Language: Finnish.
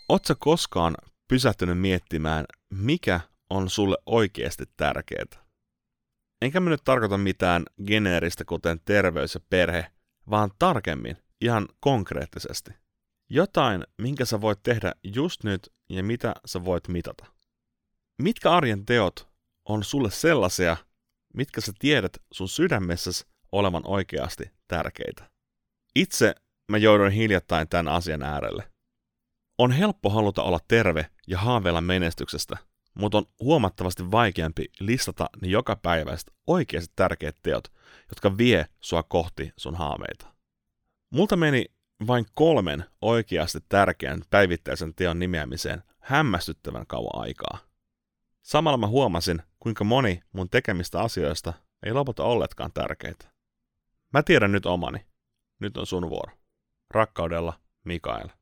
Oot sä koskaan pysähtynyt miettimään, mikä on sulle oikeasti tärkeää? Enkä mä nyt tarkoita mitään geneeristä, kuten terveys ja perhe, vaan tarkemmin, ihan konkreettisesti. Jotain, minkä sä voit tehdä just nyt ja mitä sä voit mitata. Mitkä arjen teot on sulle sellaisia, mitkä sä tiedät sun sydämessäsi olevan oikeasti tärkeitä? Itse mä jouduin hiljattain tämän asian äärelle. On helppo haluta olla terve ja haaveilla menestyksestä, mutta on huomattavasti vaikeampi listata ne jokapäiväiset oikeasti tärkeät teot, jotka vie sua kohti sun haaveita. Multa meni vain 3 oikeasti tärkeän päivittäisen teon nimeämiseen hämmästyttävän kauan aikaa. Samalla mä huomasin, kuinka moni mun tekemistä asioista ei lopulta olleetkaan tärkeitä. Mä tiedän nyt omani. Nyt on sun vuoro. Rakkaudella, Mikael.